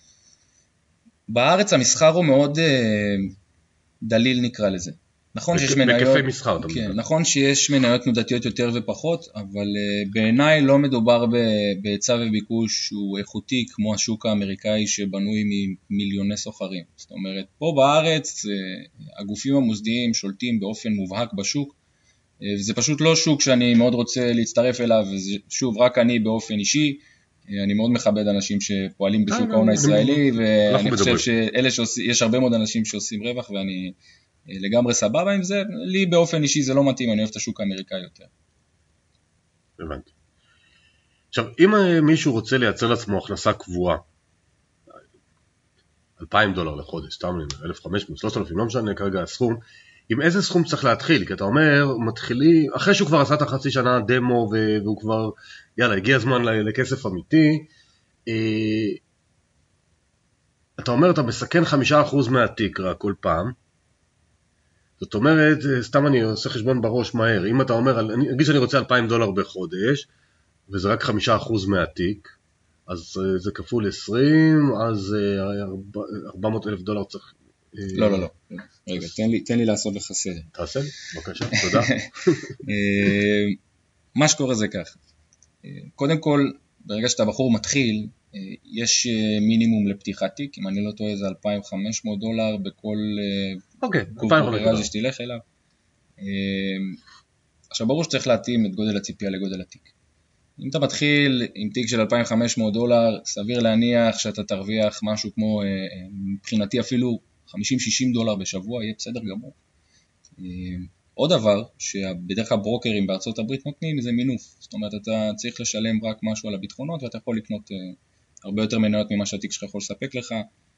בארץ המסחר הוא מאוד דליל נקרא לזה. נכון שיש מניות, בכיפי מסחר, כן, נכון שיש מניות תנודתיות יותר ופחות, אבל בעיניי לא מדובר בהיצע וביקוש שהוא איכותי כמו השוק האמריקאי שבנוי ממיליוני סוחרים. זאת אומרת, פה בארץ הגופים המוסדיים שולטים באופן מובהק בשוק, וזה פשוט לא שוק שאני מאוד רוצה להצטרף אליו, ושוב, רק אני באופן אישי, אני מאוד מכבד אנשים שפועלים בשוק ההון הישראלי, ואני חושב שיש הרבה מאוד אנשים שעושים רווח, ואני לגמרי סבבה עם זה. לי באופן אישי זה לא מתאים, אני אוהב את השוק האמריקאי יותר. הבנתי. עכשיו, אם מישהו רוצה לייצר לעצמו הכנסה קבועה, $2,000 לחודש, סתם 1,500, 3,000, לא משנה כרגע הסכום, עם איזה סכום צריך להתחיל? כי אתה אומר, מתחילי, אחרי שהוא כבר עשה את החצי שנה דמו, והוא כבר, יאללה, הגיע הזמן לכסף אמיתי, אתה אומר, אתה מסכן 5% מהתיק רק כל פעם, זאת אומרת, סתם אני עושה חשבון בראש מהר, אם אתה אומר, אני אגיד שאני רוצה $2,000 בחודש, וזה רק 5% מהתיק, אז זה כפול 20, אז $400,000 צריך... לא. רגע, תן לי לעשות לך סדר. תעשה לי, בבקשה, תודה. מה שקורה זה כך. קודם כל, ברגע שאתה בחור מתחיל, יש מינימום לפתיחת תיק, אם אני לא טועה זה $2,500 בכל קורס שתלך אליו. עכשיו ברור שצריך להתאים את גודל הציפייה לגודל התיק. אם אתה מתחיל עם תיק של $2,500, סביר להניח שאתה תרוויח משהו כמו, מבחינתי אפילו $50-60 בשבוע, יהיה בסדר גמור. עוד דבר, שבדרך כלל ברוקרים בארצות הברית נותנים, זה מינוף. זאת אומרת, אתה צריך לשלם רק משהו על הביטחונות, ואתה יכול לקנות הרבה יותר מניות ממה שהתיק שלך יכול לספק לך.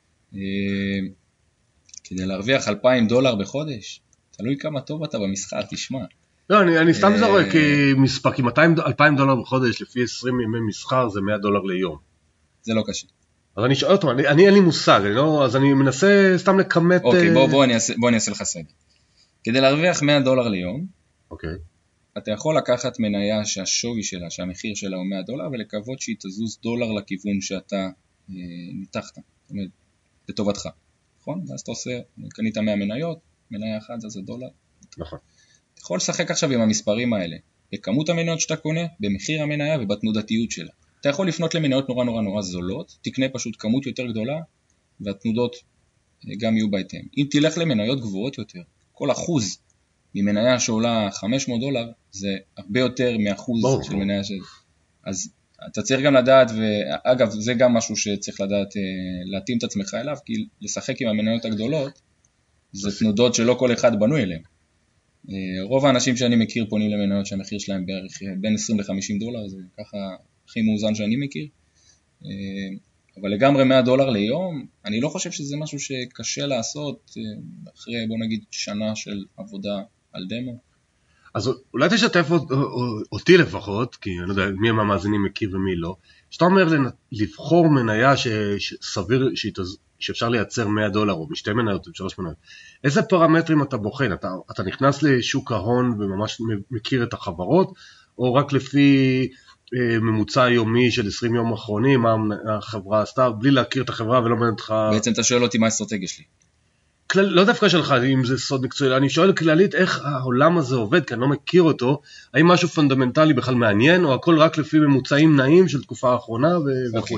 כדי להרוויח $2,000 בחודש, תלוי כמה טוב אתה במסחר, תשמע. לא, אני סתם זורק, כי מספק, עם $2,000 בחודש לפי 20 ימי מסחר, זה $100 ליום. זה לא קשה. אז אני שואל אותו, אני אין לי מושג, אז אני מנסה סתם לכמת... אוקיי, בוא אני אעשה לך סדר. כדי להרוויח $100 ליום, אתה יכול לקחת מניה שהשווי שלה, שהמחיר שלה הוא $100, ולקוות שהיא תזוז דולר לכיוון שאתה ניתחת, זאת אומרת, לטובתך, נכון? ואז אתה עושה, קנית 100 מניות, מניה אחת זה $1. נכון. אתה יכול לשחק עכשיו עם המספרים האלה, בכמות המניות שאתה קונה, במחיר המניה ובתנודתיות שלה. אתה יכול לפנות למניות נורא זולות, תקנה פשוט כמות יותר גדולה, והתנודות גם יהיו בהתאם. אם תלך למניות גבוהות יותר, כל אחוז ממניה שעולה $500, זה הרבה יותר מאחוז של מניה של... אז אתה צריך גם לדעת, ואגב, זה גם משהו שצריך לדעת, להתאים את עצמך אליו, כי לשחק עם המניות הגדולות, זה תנודות שלא כל אחד בנוי אליהם. רוב האנשים שאני מכיר פונים למניות שהמחיר שלהם בערך בין $20 ל-$50, זה ככה הכי מאוזן שאני מכיר. אבל לגמרי $100 ליום, אני לא חושב שזה משהו שקשה לעשות אחרי, בוא נגיד, שנה של עבודה על דמו. אז אולי תשתף אותי לפחות, כי אני לא יודע מי המאזינים מכיר ומי לא, שאתה אומר לבחור מניה שסביר שאפשר לייצר $100 או משתי מניות או 3 מניות, איזה פרמטרים אתה בוחן? אתה נכנס לשוק ההון וממש מכיר את החברות, או רק לפי ממוצע יומי של 20 יום אחרונים, מה החברה עשתה, בלי להכיר את החברה ולא מעניין אותך... בעצם אתה שואל אותי מה האסטרטגיה שלי. לא דווקא שלך, אם זה סוד מקצועי, אני שואל כללית איך העולם הזה עובד, כי אני לא מכיר אותו, האם משהו פונדמנטלי בכלל מעניין, או הכל רק לפי ממוצעים נעים של תקופה האחרונה וכו'.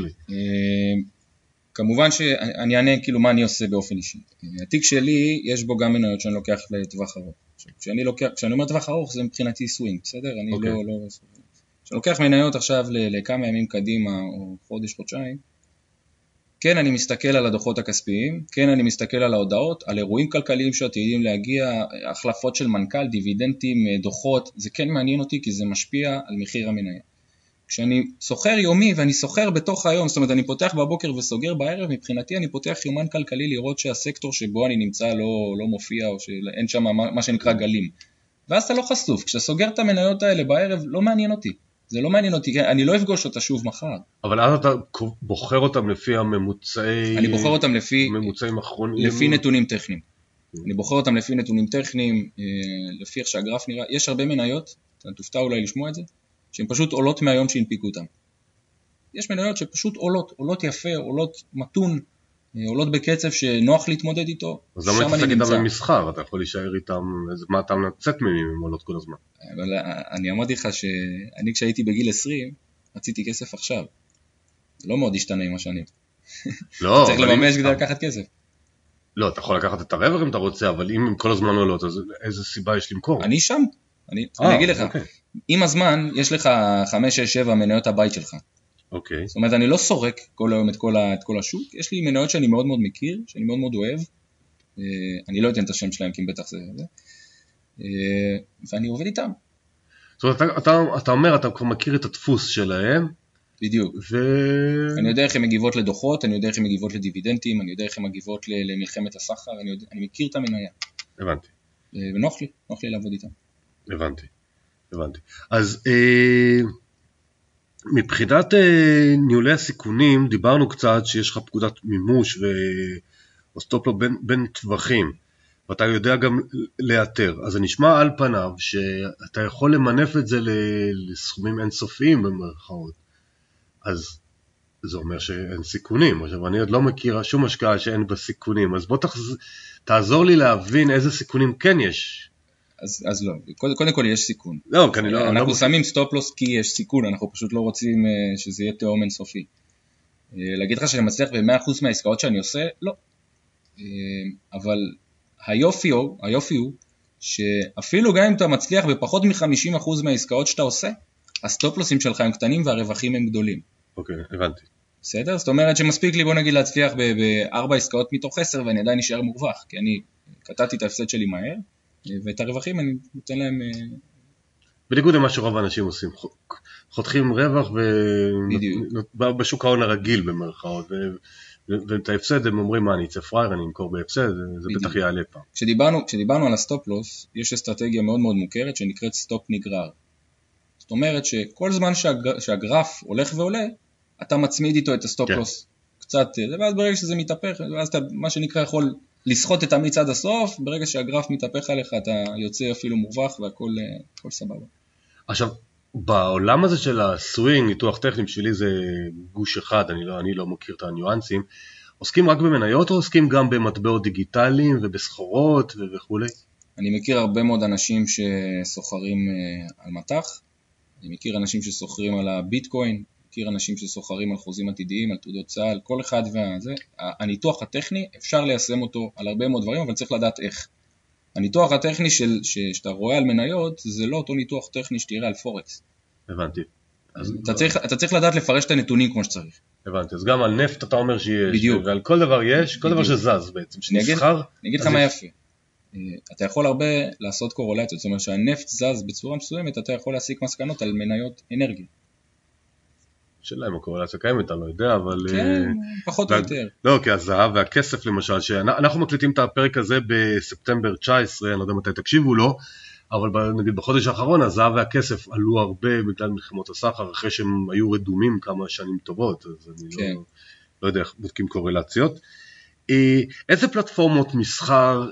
כמובן שאני אענה כאילו מה אני עושה באופן אישי. התיק שלי, יש בו גם מניות שאני לוקח לטווח ארוך. כשאני אומר טווח ארוך, זה מבחינתי סווינג, בסדר? אני לא... כשאני לוקח מניות עכשיו לכמה ימים קדימה, או חודש, חודשיים, כן, אני מסתכל על הדוחות הכספיים, כן, אני מסתכל על ההודעות, על אירועים כלכליים שעתידים להגיע, החלפות של מנכ"ל, דיבידנטים, דוחות, זה כן מעניין אותי כי זה משפיע על מחיר המניה. כשאני סוחר יומי ואני סוחר בתוך היום, זאת אומרת אני פותח בבוקר וסוגר בערב, מבחינתי אני פותח יומן כלכלי לראות שהסקטור שבו אני נמצא לא מופיע או שאין שם מה שנקרא גלים. ואז אתה לא חשוף, כשסוגר את המניות האלה בערב לא מעניין אותי. זה לא מעניין אותי, אני לא אפגוש אותה שוב מחר. אבל אז אתה בוחר אותם לפי הממוצעי... אני בוחר אותם ממוצעים אחרונים... לפי נתונים טכניים. אני בוחר אותם לפי נתונים טכניים, לפי איך שהגרף נראה. יש הרבה מניות, אתה תופתע אולי לשמוע את זה, שהן פשוט עולות מהיום שהנפיקו אותן. יש מניות שפשוט עולות יפה, עולות מתון, עולות בקצב שנוח להתמודד איתו, אז למה אתה תגיד אותם במסחר? אתה יכול להישאר איתם, מה אתה לצאת מהם אם עולות כל הזמן? אבל אני אמרתי לך שאני כשהייתי בגיל 20, רציתי כסף עכשיו. זה לא מאוד השתנה עם השנים. לא, צריך לממש כדי לקחת כסף. לא, אתה יכול לקחת את הרווח אם אתה רוצה, אבל אם כל הזמן עולות, אז איזה סיבה יש למכור? אני שם, אני אגיד לך. עם הזמן, יש לך 5, 6, 7 מניות הבית שלך. אוקיי. זאת אומרת, אני לא סורק כל היום את כל השוק, יש לי מניות שאני מאוד מאוד מכיר, שאני מאוד מאוד אוהב, אני לא אתן את השם שלהם, כי בטח זה, ואני עובד איתם. זאת אומרת, אתה אומר, אתה כבר מכיר את הדפוס שלהם, בדיוק. אני יודע איך הן מגיבות לדוחות, אני יודע איך הן מגיבות לדיבידנטים, אני יודע איך הן מגיבות למלחמת הסחר, אני מכיר את המניה. הבנתי. ונוח לי לעבוד איתם. הבנתי. אז מבחינת ניהולי הסיכונים, דיברנו קצת שיש לך פקודת מימוש או סטופ לו בין טווחים, ואתה יודע גם לאתר. אז זה נשמע על פניו שאתה יכול למנף את זה לסכומים אינסופיים במרכאות. אז זה אומר שאין סיכונים. עכשיו, אני עוד לא מכיר שום השקעה שאין בה סיכונים. אז בוא תעזור לי להבין איזה סיכונים כן יש. אז לא, קודם כל יש סיכון. לא, כי אני לא... אנחנו שמים סטופ לוס כי יש סיכון, אנחנו פשוט לא רוצים שזה יהיה תאום אינסופי. להגיד לך שאני מצליח ב-100% מהעסקאות שאני עושה? לא. אבל היופי הוא שאפילו גם אם אתה מצליח בפחות מ-50% מהעסקאות שאתה עושה, הסטופ לוסים שלך הם קטנים והרווחים הם גדולים. אוקיי, הבנתי. בסדר? זאת אומרת שמספיק לי, בוא נגיד, להצליח ב-4 עסקאות מתוך 10 ואני עדיין נשאר מורווח, כי אני קטעתי את ההפסד שלי מהר, ואת הרווחים אני נותן להם... בניגוד למה שרוב האנשים עושים, חותכים רווח בשוק ההון הרגיל במרכאות, ואת ההפסד הם אומרים מה, אני אצא פרייר, אני אמכור בהפסד, זה בטח יעלה פעם. כשדיברנו על הסטופ לוס, יש אסטרטגיה מאוד מאוד מוכרת שנקראת סטופ נגרר. זאת אומרת שכל זמן שהגרף הולך ועולה, אתה מצמיד איתו את הסטופ לוס קצת, ואז ברגע שזה מתהפך, ואז אתה מה שנקרא יכול לסחוט את המיץ עד הסוף, ברגע שהגרף מתהפך עליך אתה יוצא אפילו מורווח והכל סבבה. עכשיו, בעולם הזה של הסווינג, ניתוח טכני, בשבילי זה גוש אחד, אני לא מכיר את הניואנסים, עוסקים רק במניות או עוסקים גם במטבעות דיגיטליים ובסחורות וכו'? אני מכיר הרבה מאוד אנשים שסוחרים על מטח, אני מכיר אנשים שסוחרים על הביטקוין, מכיר אנשים שסוחרים על חוזים עתידיים, על תעודות צה"ל, כל אחד והזה. הניתוח הטכני אפשר ליישם אותו על הרבה מאוד דברים, אבל צריך לדעת איך. הניתוח הטכני שאתה רואה על מניות, זה לא אותו ניתוח טכני שתראה על פורקס. הבנתי. אתה צריך לדעת לפרש את הנתונים כמו שצריך. הבנתי, אז גם על נפט אתה אומר שיש, בדיוק. ועל כל דבר יש, כל דבר שזז בעצם, שנסחר. אני אגיד לך מה יפה. אתה יכול הרבה לעשות קורולציות, זאת אומרת שהנפט זז בצורה מסוימת, אתה יכול להסיק מסקנות על מניות אנרגיה. שאלה אם הקורלציה קיימת, אני לא יודע, אבל... כן, פחות או יותר. לא, כי הזהב והכסף למשל, שאנחנו מקליטים את הפרק הזה בספטמבר 19, אני לא יודע מתי תקשיבו לו, אבל נגיד בחודש האחרון, הזהב והכסף עלו הרבה בגלל מלחמות הסחר, אחרי שהם היו רדומים כמה שנים טובות, אז אני לא יודע איך בודקים קורלציות. איזה פלטפורמות מסחר,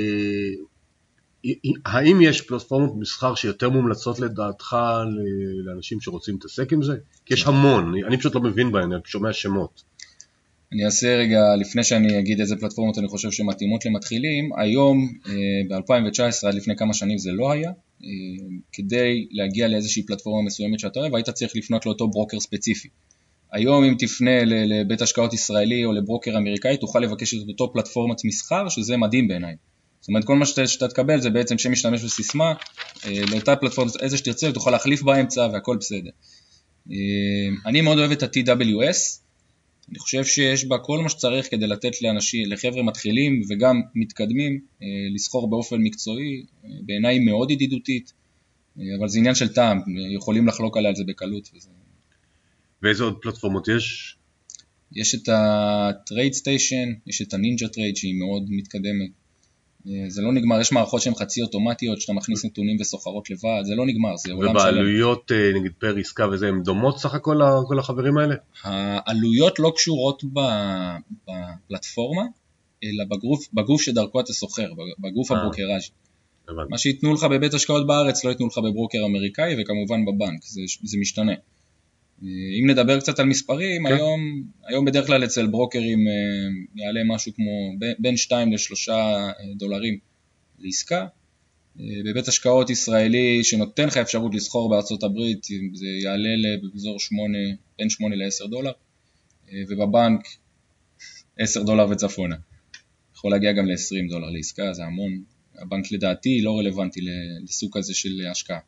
האם יש פלטפורמות מסחר שיותר מומלצות לדעתך לאנשים שרוצים להתעסק עם זה? כי יש המון, אני פשוט לא מבין בהן, אני שומע שמות. אני אעשה רגע, לפני שאני אגיד איזה פלטפורמות אני חושב שמתאימות למתחילים, היום ב-2019 עד לפני כמה שנים זה לא היה, כדי להגיע לאיזושהי פלטפורמה מסוימת שאתה אוהב, היית צריך לפנות לאותו ברוקר ספציפי. היום אם תפנה לבית השקעות ישראלי או לברוקר אמריקאי, תוכל לבקש את אותו פלטפורמת מסחר, שזה מדהים בעיניי. זאת אומרת, כל מה שאתה תקבל זה בעצם שמשתמש בסיסמה, לאותה פלטפורמה, איזה שתרצה, ותוכל להחליף באמצע והכל בסדר. אני מאוד אוהב את ה-TWS, אני חושב שיש בה כל מה שצריך כדי לתת לאנשים, לחבר'ה מתחילים וגם מתקדמים, לסחור באופן מקצועי, בעיניי מאוד ידידותית, אבל זה עניין של טעם, יכולים לחלוק עליה על זה בקלות. ואיזה עוד פלטפורמות יש? יש את ה-Trade Station, יש את ה-Ninja Trade שהיא מאוד מתקדמת. זה לא נגמר, יש מערכות שהן חצי אוטומטיות, שאתה מכניס נתונים וסוחרות לבד, זה לא נגמר, זה עולם שלם. ובעלויות, נגיד פר עסקה וזה, הן דומות סך הכל כל החברים האלה? העלויות לא קשורות בפלטפורמה, אלא בגוף שדרכו אתה סוחר, בגוף הברוקראז'. הבנתי. מה שיתנו לך בבית השקעות בארץ לא יתנו לך בברוקר אמריקאי, וכמובן בבנק, זה משתנה. אם נדבר קצת על מספרים, היום בדרך כלל אצל ברוקרים יעלה משהו כמו בין 2 ל-3 דולרים לעסקה. בבית השקעות ישראלי שנותן לך אפשרות לסחור בארצות הברית, זה יעלה באזור בין 8 ל-10 דולר, ובבנק 10 דולר וצפונה. יכול להגיע גם ל-20 דולר לעסקה, זה המון. הבנק לדעתי לא רלוונטי לסוג הזה של השקעה.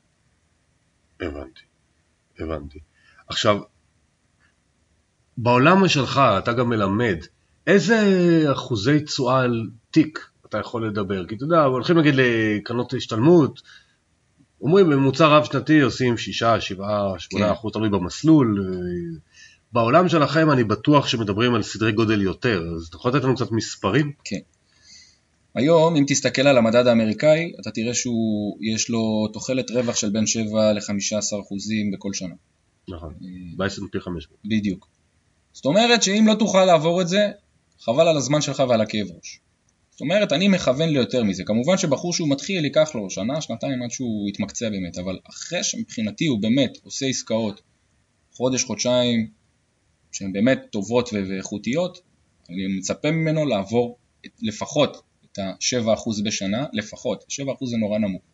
הבנתי. עכשיו, בעולם שלך אתה גם מלמד, איזה אחוזי תשואה על תיק אתה יכול לדבר? כי אתה יודע, הולכים להגיד לקרנות השתלמות, אומרים בממוצע רב שנתי עושים 6, 7, 8%, תלוי במסלול. בעולם שלכם אני בטוח שמדברים על סדרי גודל יותר, אז אתה יכול לתת לנו קצת מספרים? כן. היום, אם תסתכל על המדד האמריקאי, אתה תראה שיש לו תוחלת רווח של בין 7 ל-15% בכל שנה. נכון, ב-S&P 500. בדיוק. זאת אומרת שאם לא תוכל לעבור את זה, חבל על הזמן שלך ועל הכאב ראש. זאת אומרת, אני מכוון ליותר מזה. כמובן שבחור שהוא מתחיל, ייקח לו שנה, שנתיים, עד שהוא יתמקצע באמת. אבל אחרי שמבחינתי הוא באמת עושה עסקאות, חודש, חודשיים, שהן באמת טובות ואיכותיות, אני מצפה ממנו לעבור לפחות את ה-7% בשנה, לפחות. 7% זה נורא נמוך.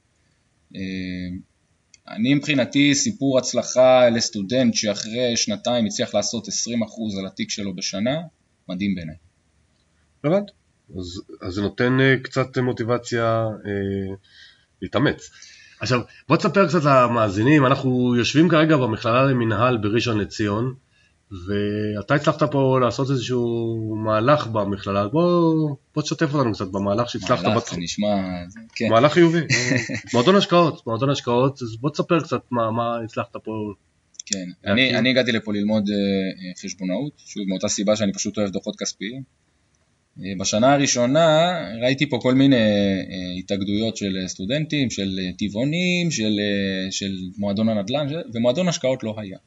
אני מבחינתי סיפור הצלחה לסטודנט שאחרי שנתיים הצליח לעשות 20% על התיק שלו בשנה, מדהים בעיניי. באמת? אז זה נותן קצת מוטיבציה להתאמץ. עכשיו, בוא תספר קצת למאזינים, אנחנו יושבים כרגע במכללה למנהל בראשון לציון, ואתה הצלחת פה לעשות איזשהו מהלך במכללה, בוא תשתף אותנו קצת במהלך שהצלחת בתחום. מהלך, נשמע, כן. מהלך חיובי, מועדון השקעות, אז בוא תספר קצת מה הצלחת פה. כן, אני הגעתי לפה ללמוד חשבונאות, שוב מאותה סיבה שאני פשוט אוהב דוחות כספיים. בשנה הראשונה ראיתי פה כל מיני התאגדויות של סטודנטים, של טבעונים, של מועדון הנדל"ן, ומועדון השקעות לא היה.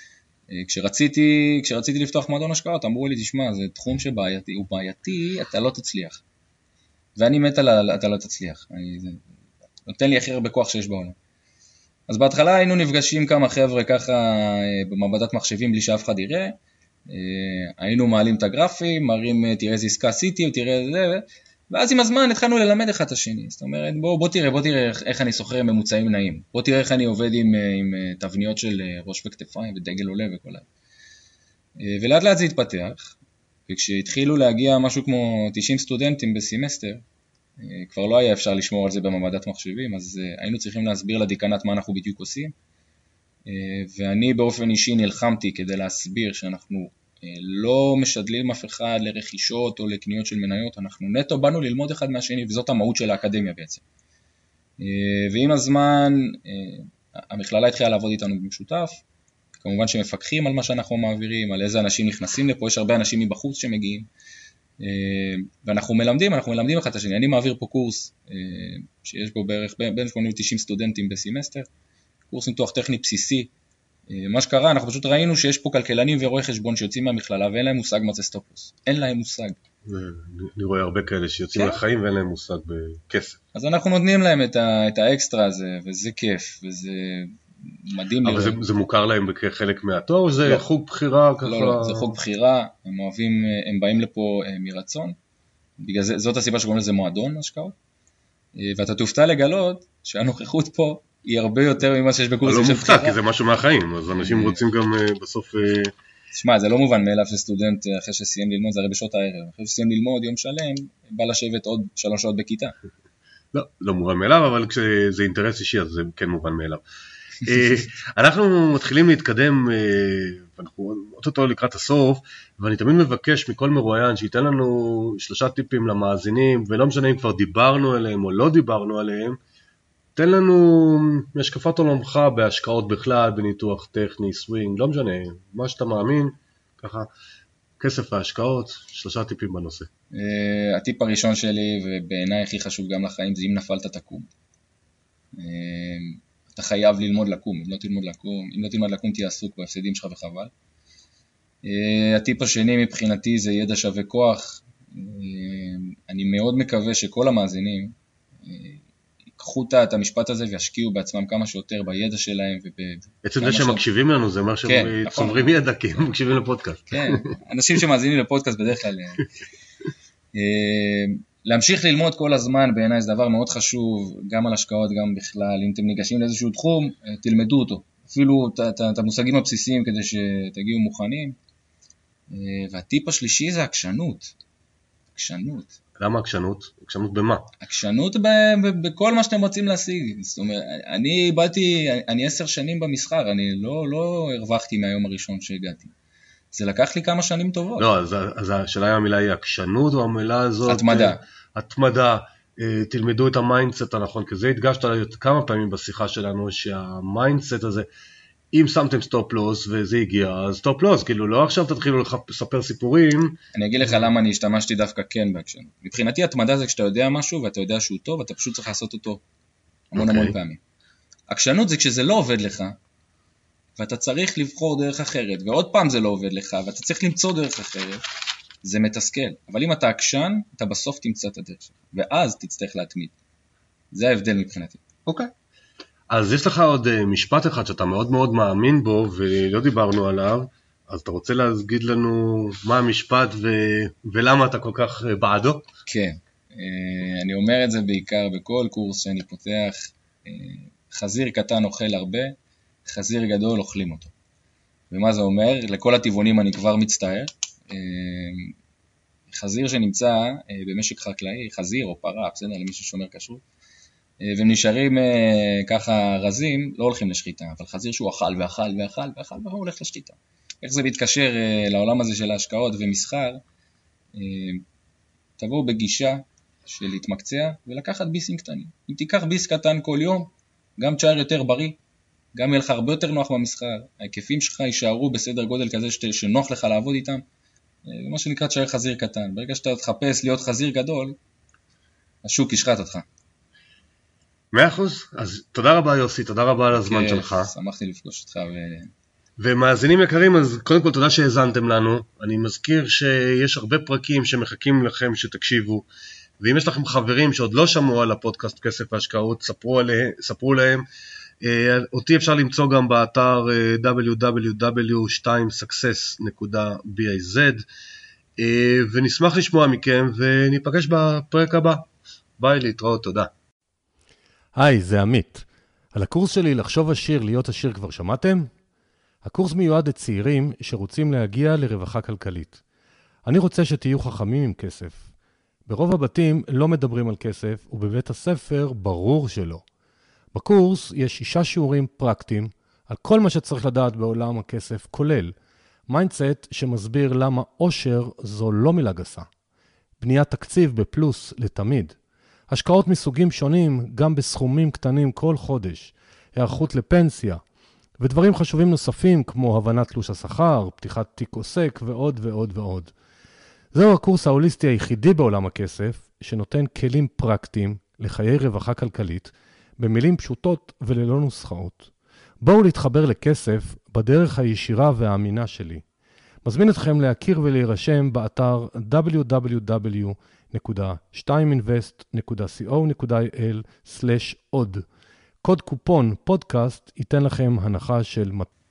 כשרציתי לפתוח מועדון השקעות, אמרו לי, תשמע, זה תחום שבעייתי, הוא בעייתי, אתה לא תצליח. ואני מת על אתה לא תצליח. זה נותן לי הכי הרבה כוח שיש בעולם. אז בהתחלה היינו נפגשים כמה חבר'ה ככה במעבדת מחשבים בלי שאף אחד יראה, היינו מעלים את הגרפים, מראים תראה איזה עסקה עשיתי, תראה זה, ואז עם הזמן התחלנו ללמד אחד את השני. זאת אומרת, בוא תראה איך אני סוחר ממוצעים נעים, בוא תראה איך אני עובד עם תבניות של ראש וכתפיים ודגל עולה וכל זה. ולאט לאט זה התפתח, וכשהתחילו להגיע משהו כמו 90 סטודנטים בסמסטר, כבר לא היה אפשר לשמור על זה במעבדת מחשבים, אז היינו צריכים להסביר לדיקנט מה אנחנו בדיוק עושים, ואני באופן אישי נלחמתי כדי להסביר שאנחנו לא משדלים אף אחד לרכישות או לקניות של מניות, אנחנו נטו באנו ללמוד אחד מהשני, וזאת המהות של האקדמיה בעצם. ועם הזמן המכללה התחילה לעבוד איתנו במשותף, כמובן שמפקחים על מה שאנחנו מעבירים, על איזה אנשים נכנסים לפה, יש הרבה אנשים מבחוץ שמגיעים, ואנחנו מלמדים אחד את השני. אני מעביר פה קורס שיש בו בערך בין 80-90 סטודנטים בסמסטר, קורס ניתוח טכני בסיסי. מה שקרה, אנחנו פשוט ראינו שיש פה כלכלנים ורואי חשבון שיוצאים מהמכללה ואין להם מושג מה זה סטופ-לוס. אין להם מושג. אני רואה הרבה כאלה שיוצאים מהחיים ואין להם מושג בכסף. אז אנחנו נותנים להם את האקסטרה הזה, וזה כיף, וזה מדהים. אבל זה מוכר להם כחלק מהתואר, או זה חוג בחירה? לא, זה חוג בחירה, הם באים לפה מרצון, בגלל זאת הסיבה שקוראים לזה מועדון השקעות, ואתה תופתע לגלות שהנוכחות פה היא הרבה יותר ממה שיש בקורסים של בחירה. לא מופתע, כי זה משהו מהחיים, אז אנשים רוצים גם בסוף... תשמע, זה לא מובן מאליו שסטודנט אחרי שסיים ללמוד, זה הרי בשעות הערב, אחרי שסיים ללמוד יום שלם, בא לשבת עוד 3 שעות בכיתה. לא מובן מאליו, אבל כשזה אינטרס אישי, אז זה כן מובן מאליו. אנחנו מתחילים להתקדם, ואנחנו אותו לקראת הסוף, ואני תמיד מבקש מכל מרואיין שייתן לנו 3 טיפים למאזינים, ולא משנה אם כבר דיברנו עליהם או לא דיברנו עליהם, תן לנו השקפת עולמך בהשקעות בכלל, בניתוח טכני, סווינג, לא משנה, מה שאתה מאמין, ככה, כסף והשקעות, 3 טיפים בנושא. הטיפ הראשון שלי, ובעיניי הכי חשוב גם לחיים, זה אם נפלת תקום. אתה חייב ללמוד לקום, אם לא תלמד לקום תהיה עסוק בהפסדים שלך וחבל. הטיפ השני מבחינתי זה ידע שווה כוח, אני מאוד מקווה שכל המאזינים ייקחו את המשפט הזה וישקיעו בעצמם כמה שיותר בידע שלהם. בעצם זה שהם מקשיבים לנו, זה אומר שהם צוברים ידע, כי הם מקשיבים לפודקאסט. כן, אנשים שמאזינים לפודקאסט בדרך כלל. להמשיך ללמוד כל הזמן בעיניי זה דבר מאוד חשוב, גם על השקעות, גם בכלל. אם אתם ניגשים לאיזשהו תחום, תלמדו אותו. אפילו את המושגים הבסיסיים כדי שתגיעו מוכנים. והטיפ השלישי זה עקשנות. עקשנות. למה עקשנות? עקשנות במה? עקשנות בכל מה שאתם רוצים להשיג. זאת אומרת, אני 10 שנים במסחר, אני לא הרווחתי מהיום הראשון שהגעתי. זה לקח לי כמה שנים טובות. לא, אז השאלה היא המילה היא עקשנות, או המילה הזאת... התמדה. התמדה. תלמדו את המיינדסט הנכון, כי זה הדגשת כמה פעמים בשיחה שלנו, שהמיינדסט הזה, אם שמתם סטופ לוס וזה הגיע, אז סטופ לוס, כאילו לא עכשיו תתחילו לספר סיפורים. אני אגיד לך למה אני השתמשתי דווקא כן בעקשנות. מבחינתי התמדה זה כשאתה יודע משהו ואתה יודע שהוא טוב, אתה פשוט צריך לעשות אותו המון פעמים. עקשנות זה כשזה לא עובד לך, ואתה צריך לבחור דרך אחרת, ועוד פעם זה לא עובד לך, ואתה צריך למצוא דרך אחרת, זה מתסכל. אבל אם אתה עקשן, אתה בסוף תמצא את הדרך שלך, ואז תצטרך להתמיד. זה ההבדל מבחינתי. אוקיי. אז יש לך עוד משפט אחד שאתה מאוד מאוד מאמין בו, ולא דיברנו עליו, אז אתה רוצה להגיד לנו מה המשפט ולמה אתה כל כך בעדו? כן, אני אומר את זה בעיקר בכל קורס שאני פותח, חזיר קטן אוכל הרבה, חזיר גדול אוכלים אותו. ומה זה אומר? לכל הטבעונים אני כבר מצטער. חזיר שנמצא במשק חקלאי, חזיר או פרה, בסדר, למי ששומר כשרות, והם נשארים ככה רזים, לא הולכים לשחיטה, אבל חזיר שהוא אכל ואכל ואכל ואכל, והוא הולך לשחיטה. איך זה מתקשר לעולם הזה של ההשקעות ומסחר? תבואו בגישה של להתמקצע ולקחת ביסים קטנים. אם תיקח ביס קטן כל יום, גם תשאר יותר בריא, גם יהיה לך הרבה יותר נוח במסחר, ההיקפים שלך יישארו בסדר גודל כזה שנוח לך לעבוד איתם, ומה שנקרא תשאר חזיר קטן. ברגע שאתה תחפש להיות חזיר גדול, השוק ישחט אותך. 100%, אז תודה רבה יוסי, תודה רבה על הזמן שלך. שמחתי לפגוש אותך. ומאזינים יקרים, אז קודם כל תודה שהזנתם לנו. אני מזכיר שיש הרבה פרקים שמחכים לכם שתקשיבו, ואם יש לכם חברים שעוד לא שמעו על הפודקאסט כסף והשקעות, ספרו להם. אותי אפשר למצוא גם באתר www.2success.biz, ונשמח לשמוע מכם וניפגש בפרק הבא. ביי, להתראות, תודה. היי, זה עמית. על הקורס שלי לחשוב עשיר, להיות עשיר כבר שמעתם? הקורס מיועד לצעירים שרוצים להגיע לרווחה כלכלית. אני רוצה שתהיו חכמים עם כסף. ברוב הבתים לא מדברים על כסף, ובבית הספר ברור שלא. בקורס יש 6 שיעורים פרקטיים על כל מה שצריך לדעת בעולם הכסף, כולל מיינדסט שמסביר למה עושר זו לא מילה גסה. בניית תקציב בפלוס לתמיד. השקעות מסוגים שונים גם בסכומים קטנים כל חודש. היערכות לפנסיה. ודברים חשובים נוספים כמו הבנת תלוש השכר, פתיחת תיק עוסק ועוד ועוד ועוד. זהו הקורס ההוליסטי היחידי בעולם הכסף שנותן כלים פרקטיים לחיי רווחה כלכלית במילים פשוטות וללא נוסחאות. בואו להתחבר לכסף בדרך הישירה והאמינה שלי. מזמין אתכם להכיר ולהירשם באתר www.2invest.co.il/עוד. קוד קופון פודקאסט ייתן לכם הנחה של